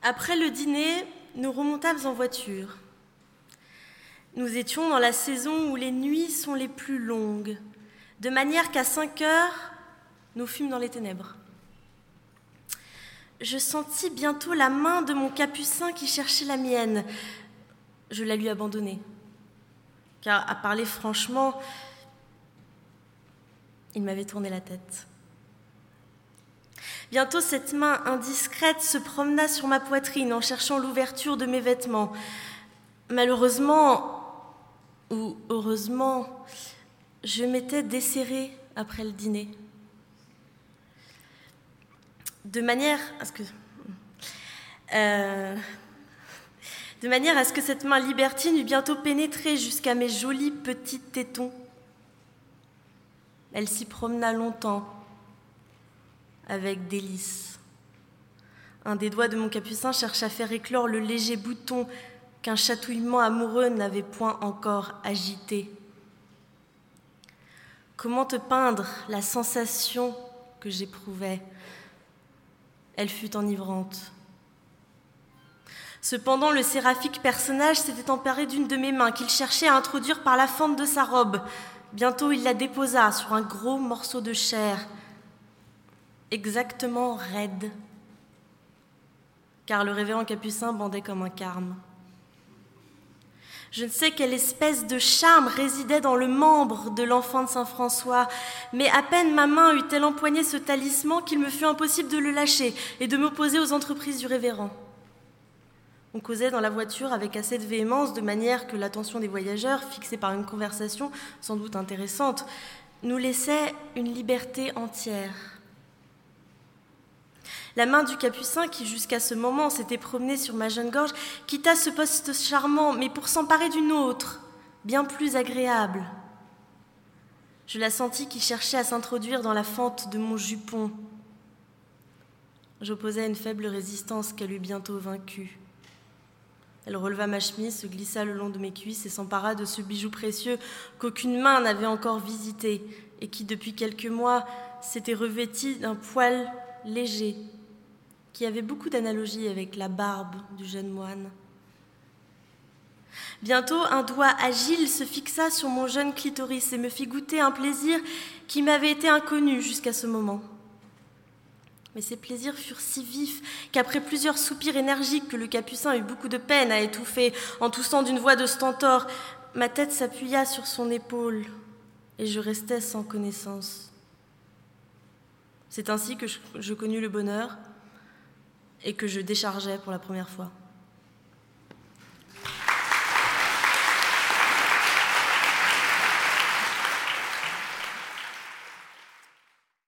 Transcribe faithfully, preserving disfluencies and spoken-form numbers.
Après le dîner, nous remontâmes en voiture. Nous étions dans la saison où les nuits sont les plus longues, de manière qu'à cinq heures, nous fûmes dans les ténèbres. Je sentis bientôt la main de mon capucin qui cherchait la mienne. Je la lui abandonnai, car à parler franchement, il m'avait tourné la tête. Bientôt, cette main indiscrète se promena sur ma poitrine en cherchant l'ouverture de mes vêtements. Malheureusement, ou heureusement, je m'étais desserrée après le dîner. De manière à ce que, euh, de manière à ce que cette main libertine eût bientôt pénétré jusqu'à mes jolis petits tétons. Elle s'y promena longtemps, avec délice. Un des doigts de mon capucin chercha à faire éclore le léger bouton qu'un chatouillement amoureux n'avait point encore agité. Comment te peindre la sensation que j'éprouvais ? Elle fut enivrante. Cependant, le séraphique personnage s'était emparé d'une de mes mains qu'il cherchait à introduire par la fente de sa robe. Bientôt, il la déposa sur un gros morceau de chair, exactement raide, car le révérend capucin bandait comme un carme. Je ne sais quelle espèce de charme résidait dans le membre de l'enfant de Saint François, mais à peine ma main eut-elle empoigné ce talisman qu'il me fut impossible de le lâcher et de m'opposer aux entreprises du révérend. On causait dans la voiture avec assez de véhémence, de manière que l'attention des voyageurs, fixée par une conversation sans doute intéressante, nous laissait une liberté entière. La main du capucin, qui jusqu'à ce moment s'était promenée sur ma jeune gorge, quitta ce poste charmant, mais pour s'emparer d'une autre, bien plus agréable. Je la sentis qui cherchait à s'introduire dans la fente de mon jupon. J'opposai une faible résistance qu'elle eut bientôt vaincue. Elle releva ma chemise, se glissa le long de mes cuisses et s'empara de ce bijou précieux qu'aucune main n'avait encore visité et qui, depuis quelques mois, s'était revêti d'un poil léger, qui avait beaucoup d'analogie avec la barbe du jeune moine. Bientôt, un doigt agile se fixa sur mon jeune clitoris et me fit goûter un plaisir qui m'avait été inconnu jusqu'à ce moment. Mais ces plaisirs furent si vifs qu'après plusieurs soupirs énergiques que le capucin eut beaucoup de peine à étouffer, en toussant d'une voix de stentor, ma tête s'appuya sur son épaule et je restai sans connaissance. C'est ainsi que je, je connus le bonheur et que je déchargeai pour la première fois.